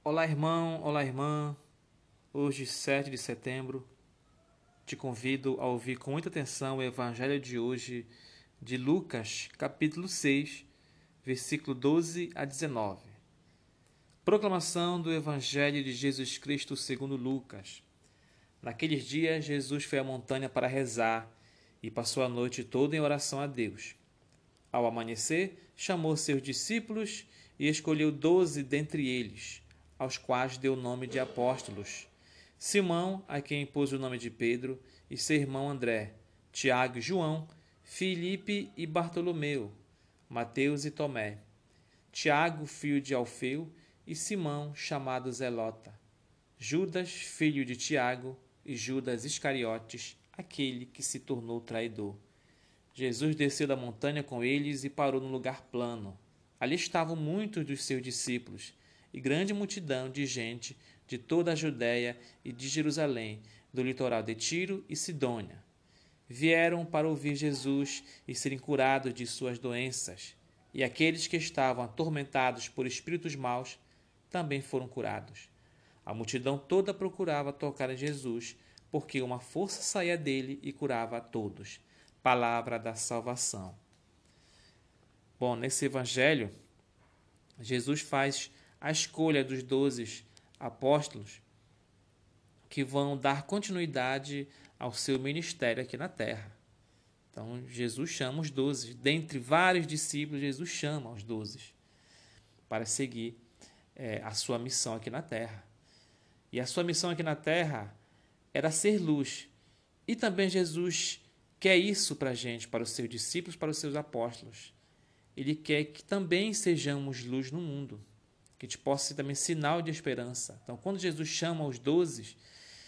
Olá, irmão, olá, irmã. Hoje, 7 de setembro, te convido a ouvir com muita atenção o evangelho de hoje de Lucas, capítulo 6, versículo 12 a 19. Proclamação do evangelho de Jesus Cristo segundo Lucas. Naqueles dias, Jesus foi à montanha para rezar e passou a noite toda em oração a Deus. Ao amanhecer, chamou seus discípulos e escolheu 12 dentre eles, aos quais deu o nome de apóstolos: Simão, a quem pôs o nome de Pedro, e seu irmão André, Tiago e João, Filipe e Bartolomeu, Mateus e Tomé, Tiago, filho de Alfeu, e Simão, chamado Zelota, Judas, filho de Tiago, e Judas Iscariotes, aquele que se tornou traidor. Jesus desceu da montanha com eles e parou num lugar plano. Ali estavam muitos dos seus discípulos e grande multidão de gente de toda a Judéia e de Jerusalém, do litoral de Tiro e Sidônia. Vieram para ouvir Jesus e serem curados de suas doenças. E aqueles que estavam atormentados por espíritos maus também foram curados. A multidão toda procurava tocar em Jesus, porque uma força saía dele e curava a todos. Palavra da salvação. Bom, nesse evangelho, Jesus faz a escolha dos 12 apóstolos que vão dar continuidade ao seu ministério aqui na terra. Então, Jesus chama os 12. Dentre vários discípulos, Jesus chama os 12 para seguir a sua missão aqui na terra. E a sua missão aqui na terra era ser luz. E também Jesus quer isso para a gente, para os seus discípulos, para os seus apóstolos. Ele quer que também sejamos luz no mundo, que a gente possa ser também sinal de esperança. Então, quando Jesus chama os 12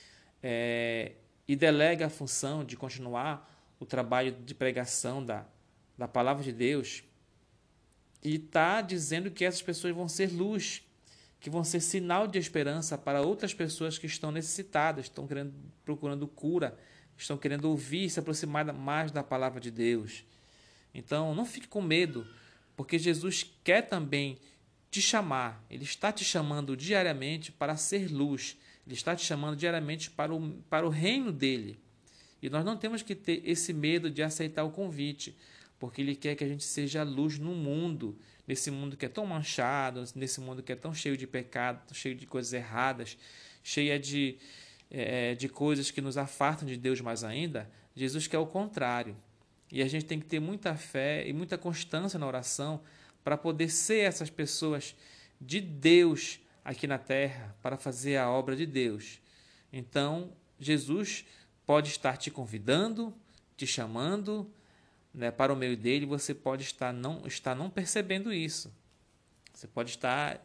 e delega a função de continuar o trabalho de pregação da palavra de Deus, ele está dizendo que essas pessoas vão ser luz, que vão ser sinal de esperança para outras pessoas que estão necessitadas, estão procurando cura, estão querendo ouvir, se aproximar mais da palavra de Deus. Então, não fique com medo, porque Jesus quer também te chamar. Ele está te chamando diariamente para ser luz. Ele está te chamando diariamente para o reino dele. E nós não temos que ter esse medo de aceitar o convite, porque ele quer que a gente seja luz no mundo, nesse mundo que é tão manchado, nesse mundo que é tão cheio de pecado, cheio de coisas erradas, cheia de coisas que nos afastam de Deus mais ainda. Jesus quer o contrário. E a gente tem que ter muita fé e muita constância na oração para poder ser essas pessoas de Deus aqui na terra, para fazer a obra de Deus. Então, Jesus pode estar te convidando, te chamando, né, para o meio dele. Você pode estar não percebendo isso. Você pode estar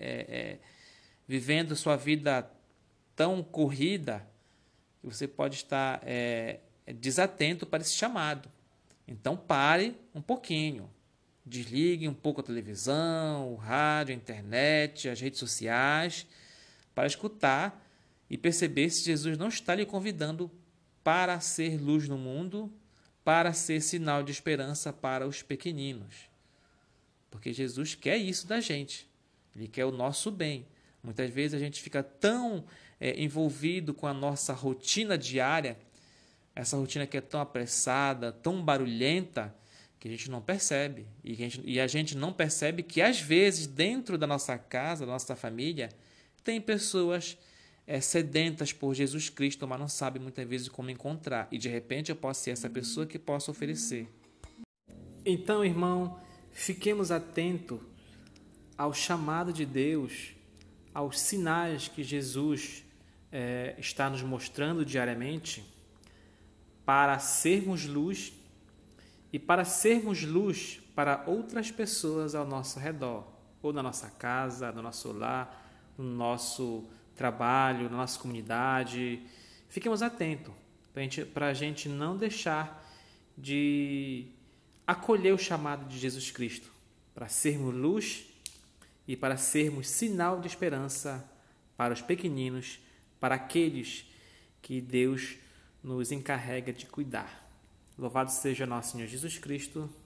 vivendo sua vida tão corrida que você pode estar desatento para esse chamado. Então pare um pouquinho, desligue um pouco a televisão, o rádio, a internet, as redes sociais, para escutar e perceber se Jesus não está lhe convidando para ser luz no mundo, para ser sinal de esperança para os pequeninos. Porque Jesus quer isso da gente, ele quer o nosso bem. Muitas vezes a gente fica tão envolvido com a nossa rotina diária, essa rotina que é tão apressada, tão barulhenta, que a gente não percebe. E a gente não percebe que, às vezes, dentro da nossa casa, da nossa família, tem pessoas sedentas por Jesus Cristo, mas não sabem muitas vezes como encontrar. E, de repente, eu posso ser essa pessoa que possa oferecer. Então, irmão, fiquemos atentos ao chamado de Deus, aos sinais que Jesus está nos mostrando diariamente, para sermos luz e para sermos luz para outras pessoas ao nosso redor, ou na nossa casa, no nosso lar, no nosso trabalho, na nossa comunidade. Fiquemos atentos para a gente não deixar de acolher o chamado de Jesus Cristo, para sermos luz e para sermos sinal de esperança para os pequeninos, para aqueles que Deus nos encarrega de cuidar. Louvado seja nosso Senhor Jesus Cristo.